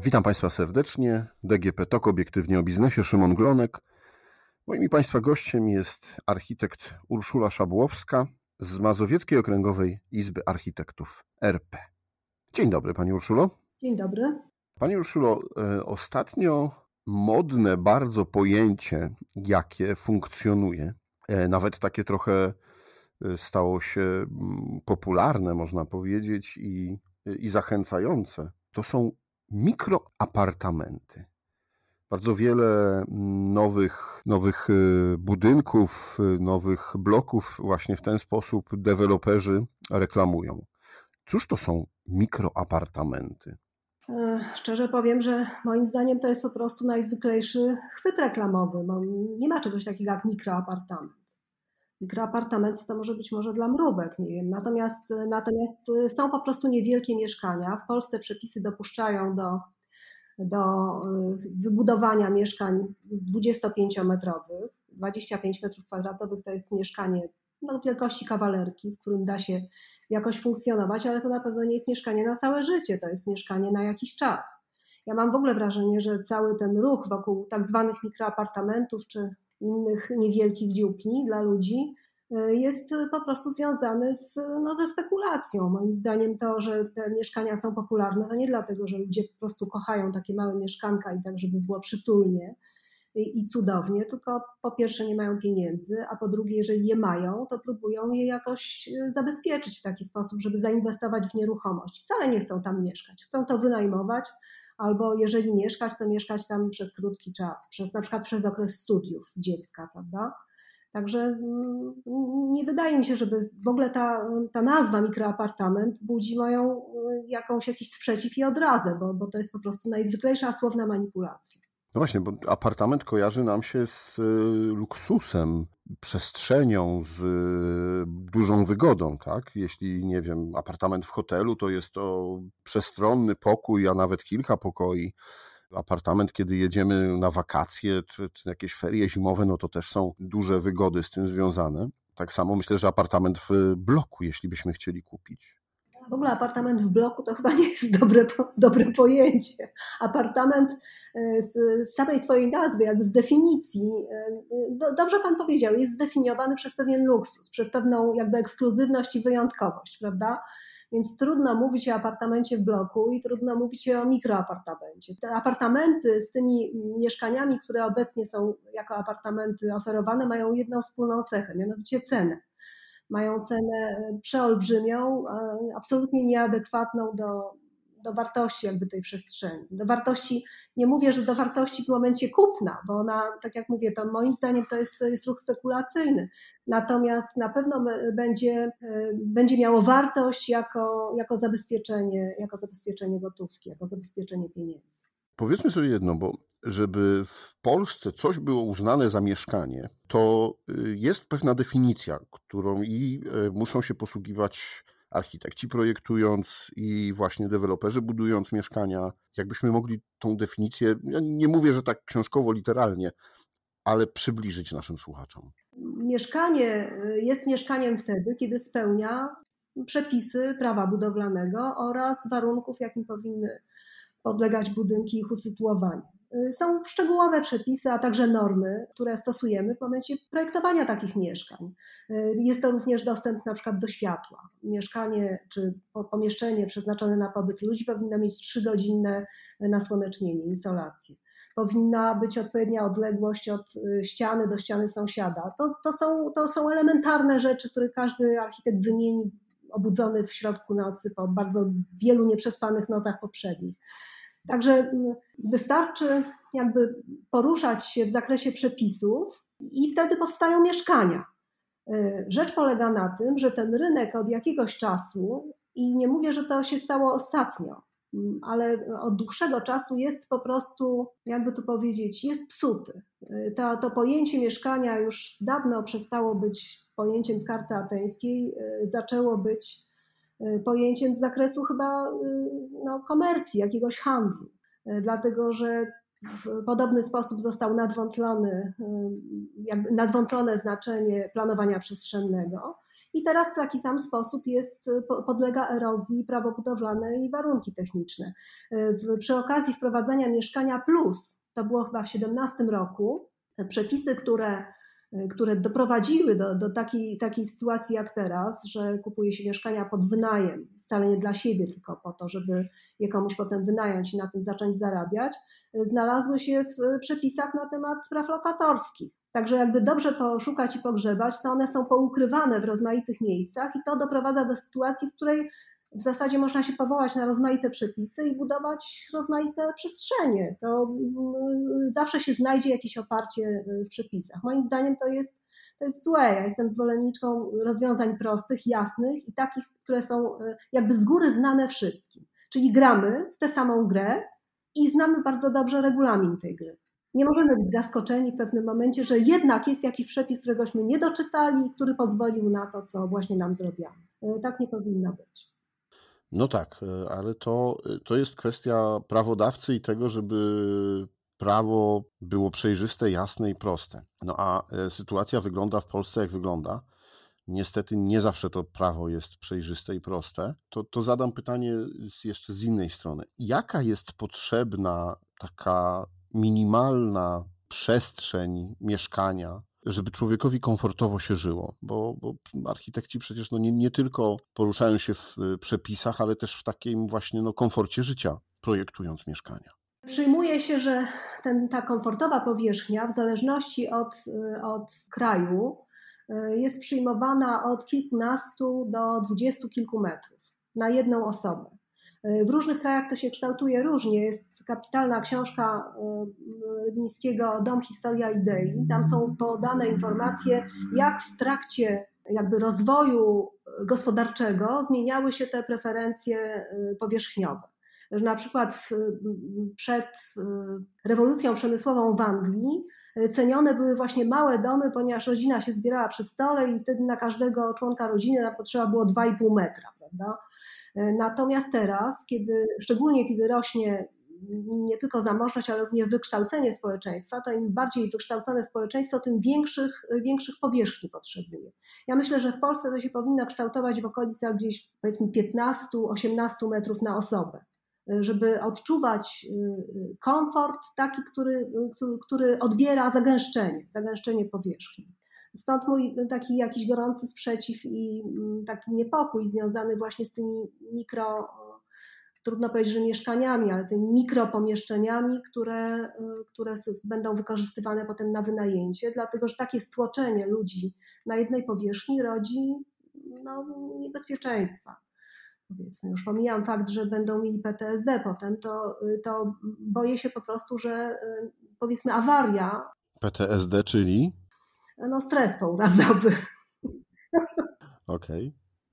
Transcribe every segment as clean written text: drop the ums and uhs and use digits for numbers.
Witam Państwa serdecznie. DGP TOK, obiektywnie o biznesie, Szymon Glonek. Moim i Państwa gościem jest architekt Urszula Szabłowska z Mazowieckiej Okręgowej Izby Architektów RP. Dzień dobry, Pani Urszulo. Dzień dobry. Pani Urszulo, ostatnio modne bardzo pojęcie, jakie funkcjonuje, nawet takie trochę stało się popularne, można powiedzieć, i zachęcające, to są mikroapartamenty. Bardzo wiele nowych budynków, nowych bloków właśnie w ten sposób deweloperzy reklamują. Cóż to są mikroapartamenty? Szczerze powiem, że moim zdaniem to jest po prostu najzwyklejszy chwyt reklamowy. Nie ma czegoś takiego jak mikroapartament. Mikroapartament to może być dla mrówek, nie wiem. Natomiast są po prostu niewielkie mieszkania. W Polsce przepisy dopuszczają do wybudowania mieszkań 25-metrowych. 25 metrów kwadratowych to jest mieszkanie wielkości kawalerki, w którym da się jakoś funkcjonować, ale to na pewno nie jest mieszkanie na całe życie, to jest mieszkanie na jakiś czas. Ja mam w ogóle wrażenie, że cały ten ruch wokół tak zwanych mikroapartamentów czy innych niewielkich dziupli dla ludzi jest po prostu związany ze spekulacją. Moim zdaniem to, że te mieszkania są popularne, to nie dlatego, że ludzie po prostu kochają takie małe mieszkanka i tak, żeby było przytulnie i cudownie, tylko po pierwsze nie mają pieniędzy, a po drugie, jeżeli je mają, to próbują je jakoś zabezpieczyć w taki sposób, żeby zainwestować w nieruchomość. Wcale nie chcą tam mieszkać, chcą to wynajmować, albo jeżeli mieszkać, to mieszkać tam przez krótki czas, na przykład przez okres studiów dziecka, prawda? Także nie wydaje mi się, żeby w ogóle ta nazwa mikroapartament budzi jakiś sprzeciw i odrazę, bo to jest po prostu najzwyklejsza słowna manipulacja. No właśnie, bo apartament kojarzy nam się z luksusem, przestrzenią, z dużą wygodą, tak? Jeśli, nie wiem, apartament w hotelu, to jest to przestronny pokój, a nawet kilka pokoi. Apartament, kiedy jedziemy na wakacje czy jakieś ferie zimowe, no to też są duże wygody z tym związane. Tak samo myślę, że apartament w bloku, jeśli byśmy chcieli kupić. W ogóle apartament w bloku to chyba nie jest dobre pojęcie. Apartament z samej swojej nazwy, jakby z definicji, dobrze Pan powiedział, jest zdefiniowany przez pewien luksus, przez pewną jakby ekskluzywność i wyjątkowość, prawda? Więc trudno mówić o apartamencie w bloku i trudno mówić o mikroapartamencie. Te apartamenty z tymi mieszkaniami, które obecnie są jako apartamenty oferowane, mają jedną wspólną cechę, mianowicie cenę. Mają cenę przeolbrzymią, absolutnie nieadekwatną do wartości jakby tej przestrzeni. Do wartości, nie mówię, że do wartości w momencie kupna, bo ona, tak jak mówię, to moim zdaniem to jest ruch spekulacyjny. Natomiast na pewno będzie miało wartość jako zabezpieczenie gotówki, jako zabezpieczenie pieniędzy. Powiedzmy sobie jedno, bo żeby w Polsce coś było uznane za mieszkanie, to jest pewna definicja, którą i muszą się posługiwać architekci projektując i właśnie deweloperzy budując mieszkania. Jakbyśmy mogli tą definicję, ja nie mówię, że tak książkowo, literalnie, ale przybliżyć naszym słuchaczom. Mieszkanie jest mieszkaniem wtedy, kiedy spełnia przepisy prawa budowlanego oraz warunków, jakim powinny podlegać budynki i ich usytuowanie. Są szczegółowe przepisy, a także normy, które stosujemy w momencie projektowania takich mieszkań. Jest to również dostęp na przykład do światła. Mieszkanie czy pomieszczenie przeznaczone na pobyt ludzi powinno mieć 3-godzinne nasłonecznienie, insolację. Powinna być odpowiednia odległość od ściany do ściany sąsiada. To są elementarne rzeczy, które każdy architekt wymieni, obudzony w środku nocy po bardzo wielu nieprzespanych nocach poprzednich. Także wystarczy jakby poruszać się w zakresie przepisów i wtedy powstają mieszkania. Rzecz polega na tym, że ten rynek od jakiegoś czasu, i nie mówię, że to się stało ostatnio, ale od dłuższego czasu jest po prostu, jakby tu powiedzieć, jest psuty. To pojęcie mieszkania już dawno przestało być pojęciem z karty ateńskiej, zaczęło być pojęciem z zakresu chyba komercji, jakiegoś handlu, dlatego że w podobny sposób został nadwątlone znaczenie planowania przestrzennego i teraz w taki sam sposób podlega erozji prawo budowlane i warunki techniczne. Przy okazji wprowadzania Mieszkania Plus, to było chyba w 2017 roku, przepisy, które doprowadziły do takiej sytuacji jak teraz, że kupuje się mieszkania pod wynajem, wcale nie dla siebie, tylko po to, żeby je komuś potem wynająć i na tym zacząć zarabiać, znalazły się w przepisach na temat praw lokatorskich. Także jakby dobrze poszukać i pogrzebać, to one są poukrywane w rozmaitych miejscach i to doprowadza do sytuacji, w której w zasadzie można się powołać na rozmaite przepisy i budować rozmaite przestrzenie. To zawsze się znajdzie jakieś oparcie w przepisach. Moim zdaniem to jest złe. Ja jestem zwolenniczką rozwiązań prostych, jasnych i takich, które są jakby z góry znane wszystkim. Czyli gramy w tę samą grę i znamy bardzo dobrze regulamin tej gry. Nie możemy być zaskoczeni w pewnym momencie, że jednak jest jakiś przepis, któregośmy nie doczytali, który pozwolił na to, co właśnie nam zrobiono. Tak nie powinno być. No tak, ale to jest kwestia prawodawcy i tego, żeby prawo było przejrzyste, jasne i proste. No a sytuacja wygląda w Polsce jak wygląda. Niestety nie zawsze to prawo jest przejrzyste i proste. To zadam pytanie jeszcze z innej strony. Jaka jest potrzebna taka minimalna przestrzeń mieszkania, żeby człowiekowi komfortowo się żyło, bo architekci przecież nie tylko poruszają się w przepisach, ale też w takim właśnie komforcie życia, projektując mieszkania. Przyjmuje się, że ta komfortowa powierzchnia w zależności od kraju jest przyjmowana od kilkunastu do 20 kilku metrów na jedną osobę. W różnych krajach to się kształtuje różnie. Jest kapitalna książka Rybińskiego Dom, historia idei. Tam są podane informacje, jak w trakcie jakby rozwoju gospodarczego zmieniały się te preferencje powierzchniowe. Że na przykład przed rewolucją przemysłową w Anglii cenione były właśnie małe domy, ponieważ rodzina się zbierała przy stole i wtedy na każdego członka rodziny potrzeba było 2,5 metra, prawda? Natomiast teraz, szczególnie kiedy rośnie nie tylko zamożność, ale również wykształcenie społeczeństwa, to im bardziej wykształcone społeczeństwo, tym większych powierzchni potrzebuje. Ja myślę, że w Polsce to się powinno kształtować w okolicach gdzieś powiedzmy 15-18 metrów na osobę, żeby odczuwać komfort taki, który odbiera zagęszczenie powierzchni. Stąd mój taki jakiś gorący sprzeciw i taki niepokój związany właśnie z tymi trudno powiedzieć, że mieszkaniami, ale tymi mikropomieszczeniami, które będą wykorzystywane potem na wynajęcie, dlatego że takie stłoczenie ludzi na jednej powierzchni rodzi niebezpieczeństwa. Powiedzmy, już pomijam fakt, że będą mieli PTSD potem, to boję się po prostu, że powiedzmy awaria. PTSD, czyli? Stres pourazowy. Okej.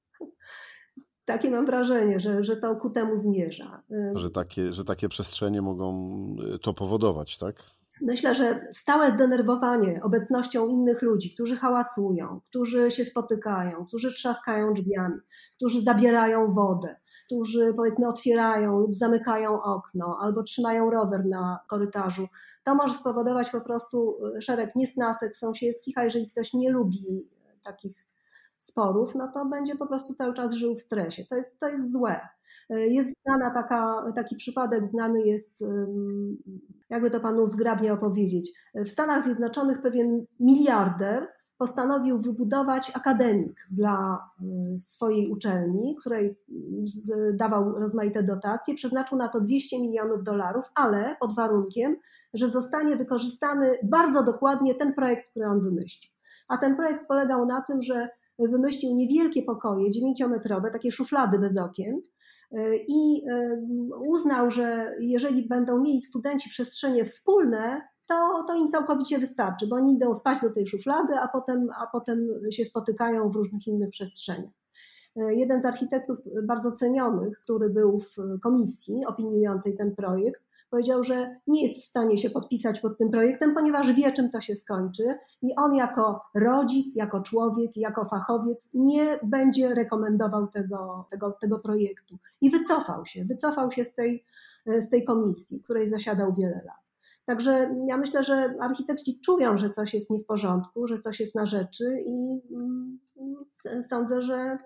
Takie mam wrażenie, że to ku temu zmierza. Że takie przestrzenie mogą to powodować, tak? Myślę, że stałe zdenerwowanie obecnością innych ludzi, którzy hałasują, którzy się spotykają, którzy trzaskają drzwiami, którzy zabierają wodę, którzy powiedzmy otwierają lub zamykają okno albo trzymają rower na korytarzu, to może spowodować po prostu szereg niesnasek sąsiedzkich, a jeżeli ktoś nie lubi takich sporów, no to będzie po prostu cały czas żył w stresie. To jest złe. Jest znana taki przypadek, znany jest, jakby to panu zgrabnie opowiedzieć. W Stanach Zjednoczonych pewien miliarder postanowił wybudować akademik dla swojej uczelni, której dawał rozmaite dotacje, przeznaczył na to $200 milionów, ale pod warunkiem, że zostanie wykorzystany bardzo dokładnie ten projekt, który on wymyślił. A ten projekt polegał na tym, że wymyślił niewielkie pokoje, 9-metrowe, takie szuflady bez okien i uznał, że jeżeli będą mieli studenci przestrzenie wspólne, to im całkowicie wystarczy, bo oni idą spać do tej szuflady, a potem się spotykają w różnych innych przestrzeniach. Jeden z architektów bardzo cenionych, który był w komisji opiniującej ten projekt, powiedział, że nie jest w stanie się podpisać pod tym projektem, ponieważ wie, czym to się skończy i on jako rodzic, jako człowiek, jako fachowiec nie będzie rekomendował tego projektu. I wycofał się z tej komisji, w której zasiadał wiele lat. Także ja myślę, że architekci czują, że coś jest nie w porządku, że coś jest na rzeczy i sądzę,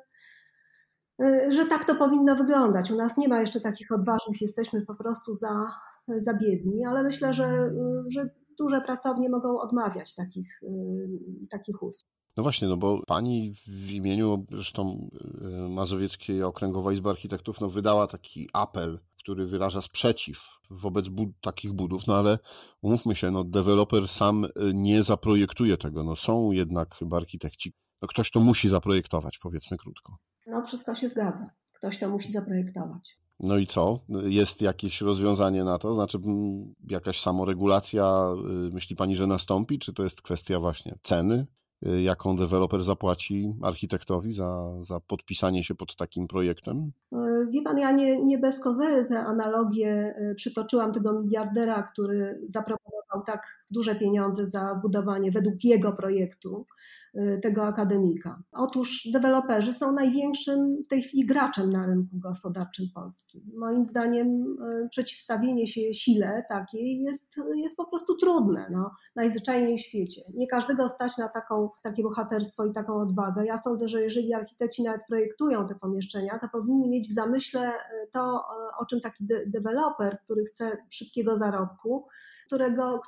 że tak to powinno wyglądać. U nas nie ma jeszcze takich odważnych, jesteśmy po prostu za biedni, ale myślę, że duże pracownie mogą odmawiać takich usług. No właśnie, no bo pani w imieniu zresztą Mazowieckiej Okręgowej Izby Architektów wydała taki apel, który wyraża sprzeciw wobec takich budów, no ale umówmy się, deweloper sam nie zaprojektuje tego, są jednak chyba architekci. Ktoś to musi zaprojektować, powiedzmy krótko. Wszystko się zgadza. Ktoś to musi zaprojektować. No i co? Jest jakieś rozwiązanie na to? Znaczy jakaś samoregulacja, myśli pani, że nastąpi? Czy to jest kwestia właśnie ceny, jaką deweloper zapłaci architektowi za podpisanie się pod takim projektem? Wie pan, ja nie bez kozery tę analogię przytoczyłam tego miliardera, który zaproponował tak duże pieniądze za zbudowanie według jego projektu tego akademika. Otóż deweloperzy są największym w tej chwili graczem na rynku gospodarczym polskim. Moim zdaniem przeciwstawienie się sile takiej jest po prostu trudne, najzwyczajniej w świecie. Nie każdego stać na takie bohaterstwo i taką odwagę. Ja sądzę, że jeżeli architekci nawet projektują te pomieszczenia, to powinni mieć w zamyśle to, o czym taki deweloper, który chce szybkiego zarobku, którego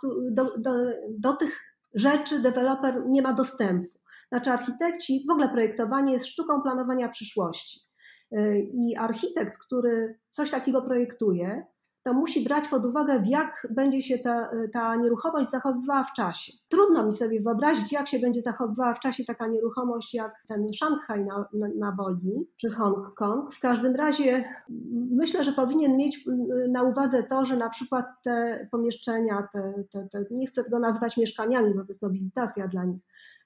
do tych rzeczy deweloper nie ma dostępu. Znaczy architekci, w ogóle projektowanie jest sztuką planowania przyszłości. I architekt, który coś takiego projektuje, to musi brać pod uwagę, jak będzie się ta nieruchomość zachowywała w czasie. Trudno mi sobie wyobrazić, jak się będzie zachowywała w czasie taka nieruchomość, jak ten Szanghaj na Woli, czy Hongkong. W każdym razie myślę, że powinien mieć na uwadze to, że na przykład te pomieszczenia, nie chcę tego nazwać mieszkaniami, bo to jest nobilitacja dla nich,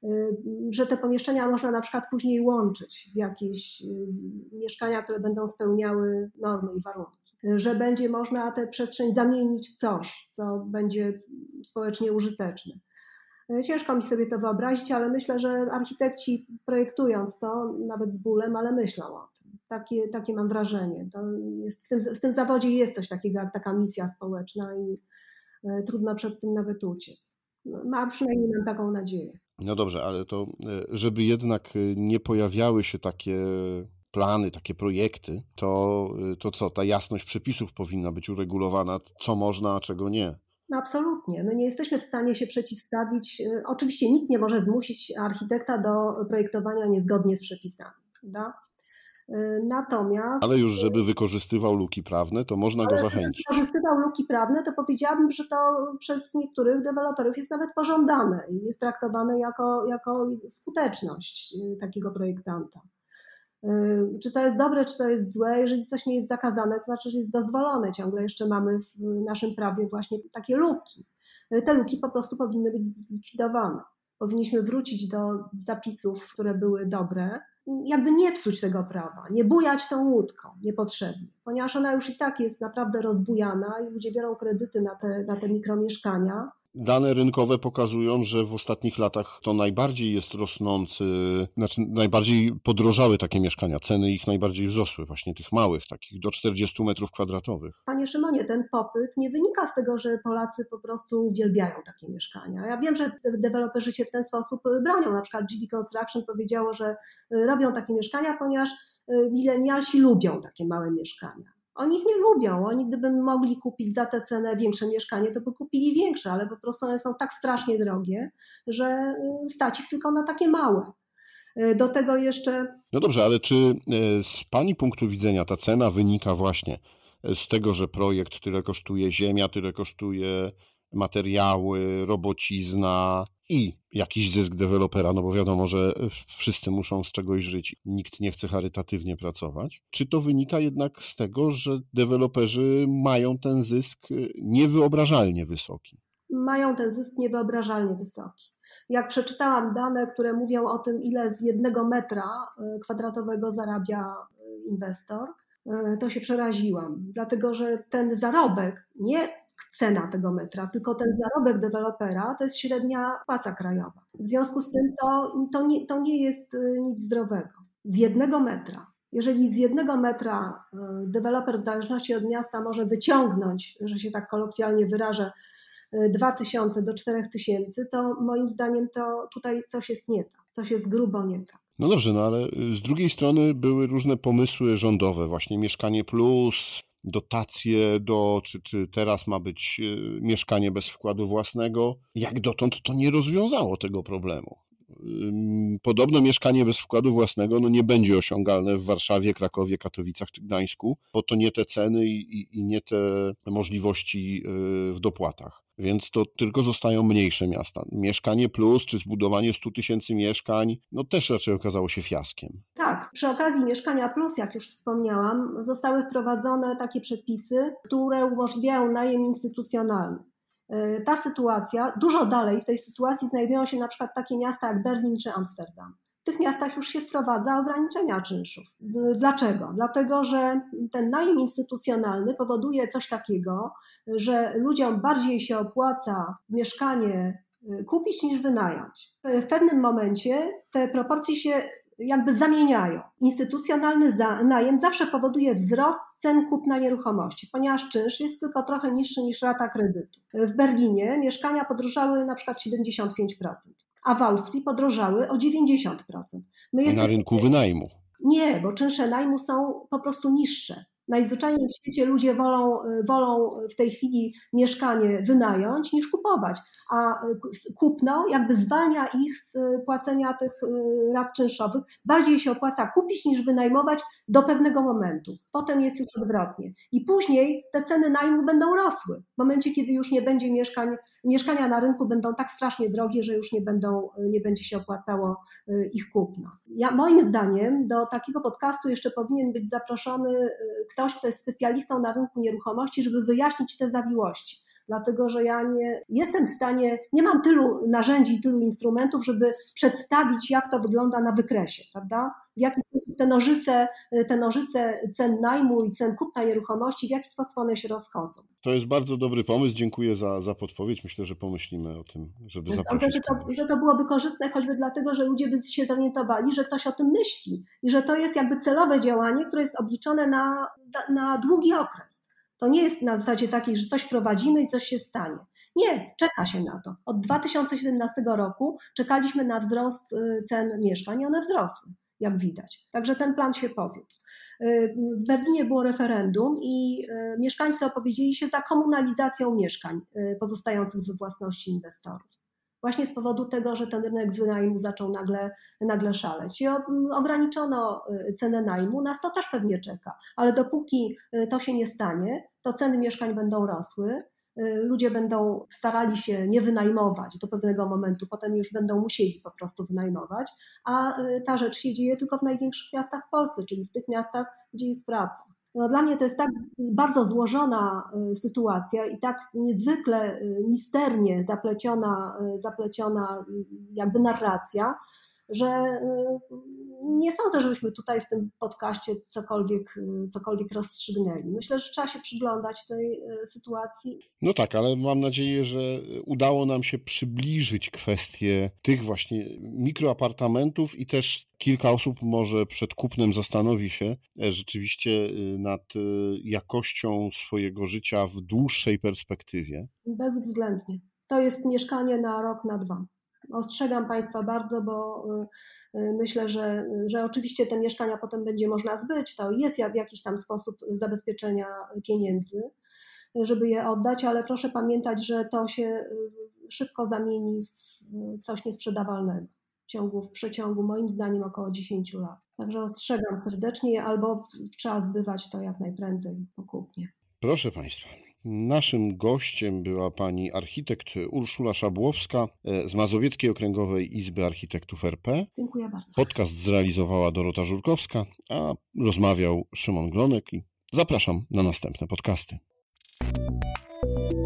że te pomieszczenia można na przykład później łączyć w jakieś mieszkania, które będą spełniały normy i warunki. Że będzie można tę przestrzeń zamienić w coś, co będzie społecznie użyteczne. Ciężko mi sobie to wyobrazić, ale myślę, że architekci projektując to, nawet z bólem, ale myślą o tym. Takie mam wrażenie. To jest, w tym zawodzie jest coś takiego jak taka misja społeczna i trudno przed tym nawet uciec. Przynajmniej mam taką nadzieję. No dobrze, ale to żeby jednak nie pojawiały się takie plany, takie projekty, to co, ta jasność przepisów powinna być uregulowana, co można, a czego nie? No absolutnie. My nie jesteśmy w stanie się przeciwstawić. Oczywiście nikt nie może zmusić architekta do projektowania niezgodnie z przepisami, prawda? Natomiast... Ale już żeby wykorzystywał luki prawne, to można go zachęcić. Żeby wykorzystywał luki prawne, to powiedziałabym, że to przez niektórych deweloperów jest nawet pożądane i jest traktowane jako skuteczność takiego projektanta. Czy to jest dobre, czy to jest złe? Jeżeli coś nie jest zakazane, to znaczy, że jest dozwolone. Ciągle jeszcze mamy w naszym prawie właśnie takie luki. Te luki po prostu powinny być zlikwidowane. Powinniśmy wrócić do zapisów, które były dobre, jakby nie psuć tego prawa, nie bujać tą łódką niepotrzebnie, ponieważ ona już i tak jest naprawdę rozbujana i ludzie biorą kredyty na te mikromieszkania. Dane rynkowe pokazują, że w ostatnich latach to najbardziej jest rosnący, najbardziej podrożały takie mieszkania, ceny ich najbardziej wzrosły, właśnie tych małych, takich do 40 metrów kwadratowych. Panie Szymonie, ten popyt nie wynika z tego, że Polacy po prostu uwielbiają takie mieszkania. Ja wiem, że deweloperzy się w ten sposób bronią. Na przykład GV Construction powiedziało, że robią takie mieszkania, ponieważ milenialsi lubią takie małe mieszkania. Oni ich nie lubią. Oni gdyby mogli kupić za tę cenę większe mieszkanie, to by kupili większe, ale po prostu one są tak strasznie drogie, że stać ich tylko na takie małe. Do tego jeszcze... No dobrze, ale czy z pani punktu widzenia ta cena wynika właśnie z tego, że projekt tyle kosztuje ziemia, tyle kosztuje materiały, robocizna i jakiś zysk dewelopera, no bo wiadomo, że wszyscy muszą z czegoś żyć, nikt nie chce charytatywnie pracować. Czy to wynika jednak z tego, że deweloperzy mają ten zysk niewyobrażalnie wysoki? Mają ten zysk niewyobrażalnie wysoki. Jak przeczytałam dane, które mówią o tym, ile z 1 metra kwadratowego zarabia inwestor, to się przeraziłam, dlatego że ten zarobek, nie cena tego metra, tylko ten zarobek dewelopera to jest średnia płaca krajowa. W związku z tym to nie jest nic zdrowego. Z 1 metra. Jeżeli z 1 metra deweloper w zależności od miasta może wyciągnąć, że się tak kolokwialnie wyrażę, 2000 do 4000, to moim zdaniem to tutaj coś jest nie tak, coś jest grubo nie tak. No dobrze, no ale z drugiej strony były różne pomysły rządowe, właśnie Mieszkanie Plus, dotacje czy teraz ma być mieszkanie bez wkładu własnego. Jak dotąd to nie rozwiązało tego problemu. Podobno mieszkanie bez wkładu własnego nie będzie osiągalne w Warszawie, Krakowie, Katowicach czy Gdańsku, bo to nie te ceny i nie te możliwości w dopłatach. Więc to tylko zostają mniejsze miasta. Mieszkanie Plus czy zbudowanie 100 000 mieszkań też raczej okazało się fiaskiem. Tak, przy okazji Mieszkania Plus, jak już wspomniałam, zostały wprowadzone takie przepisy, które umożliwiają najem instytucjonalny. Ta sytuacja, dużo dalej w tej sytuacji znajdują się na przykład takie miasta jak Berlin czy Amsterdam. W tych miastach już się wprowadza ograniczenia czynszów. Dlaczego? Dlatego, że ten najem instytucjonalny powoduje coś takiego, że ludziom bardziej się opłaca mieszkanie kupić niż wynająć. W pewnym momencie te proporcje się jakby zamieniają. Instytucjonalny najem zawsze powoduje wzrost cen kupna nieruchomości, ponieważ czynsz jest tylko trochę niższy niż rata kredytu. W Berlinie mieszkania podrożały na przykład 75%, a w Austrii podrożały o 90%. Na rynku wynajmu. Nie, bo czynsze najmu są po prostu niższe. Najzwyczajniej w świecie ludzie wolą w tej chwili mieszkanie wynająć niż kupować, a kupno jakby zwalnia ich z płacenia tych rat czynszowych. Bardziej się opłaca kupić niż wynajmować do pewnego momentu. Potem jest już odwrotnie. I później te ceny najmu będą rosły. W momencie, kiedy już nie będzie mieszkania na rynku będą tak strasznie drogie, że już nie będzie się opłacało ich kupno. Moim zdaniem do takiego podcastu jeszcze powinien być zaproszony ktoś, kto jest specjalistą na rynku nieruchomości, żeby wyjaśnić te zawiłości. Dlatego, że ja nie jestem w stanie, nie mam tylu narzędzi, tylu instrumentów, żeby przedstawić, jak to wygląda na wykresie, prawda? W jaki sposób te nożyce cen najmu i cen kupna nieruchomości, w jaki sposób one się rozchodzą. To jest bardzo dobry pomysł, dziękuję za podpowiedź. Myślę, że pomyślimy o tym, żeby zaprosić. Sądzę, że to byłoby korzystne, choćby dlatego, że ludzie by się zorientowali, że ktoś o tym myśli i że to jest jakby celowe działanie, które jest obliczone na długi okres. To nie jest na zasadzie takiej, że coś wprowadzimy i coś się stanie. Nie, czeka się na to. Od 2017 roku czekaliśmy na wzrost cen mieszkań i one wzrosły, jak widać. Także ten plan się powiódł. W Berlinie było referendum i mieszkańcy opowiedzieli się za komunalizacją mieszkań pozostających we własności inwestorów. Właśnie z powodu tego, że ten rynek wynajmu zaczął nagle szaleć. I ograniczono cenę najmu, nas to też pewnie czeka, ale dopóki to się nie stanie, to ceny mieszkań będą rosły, ludzie będą starali się nie wynajmować do pewnego momentu, potem już będą musieli po prostu wynajmować, a ta rzecz się dzieje tylko w największych miastach w Polsce, czyli w tych miastach, gdzie jest praca. Dla mnie to jest tak bardzo złożona sytuacja i tak niezwykle misternie zapleciona jakby narracja, że nie sądzę, żebyśmy tutaj w tym podcaście cokolwiek rozstrzygnęli. Myślę, że trzeba się przyglądać tej sytuacji. No tak, ale mam nadzieję, że udało nam się przybliżyć kwestię tych właśnie mikroapartamentów i też kilka osób może przed kupnem zastanowi się rzeczywiście nad jakością swojego życia w dłuższej perspektywie. Bezwzględnie. To jest mieszkanie na rok, na dwa. Ostrzegam Państwa bardzo, bo myślę, że oczywiście te mieszkania potem będzie można zbyć, to jest w jakiś tam sposób zabezpieczenia pieniędzy, żeby je oddać, ale proszę pamiętać, że to się szybko zamieni w coś niesprzedawalnego w przeciągu moim zdaniem około 10 lat. Także ostrzegam serdecznie, albo trzeba zbywać to jak najprędzej po kupnie. Proszę Państwa. Naszym gościem była pani architekt Urszula Szabłowska z Mazowieckiej Okręgowej Izby Architektów RP. Dziękuję bardzo. Podcast zrealizowała Dorota Żurkowska, a rozmawiał Szymon Glonek i zapraszam na następne podcasty.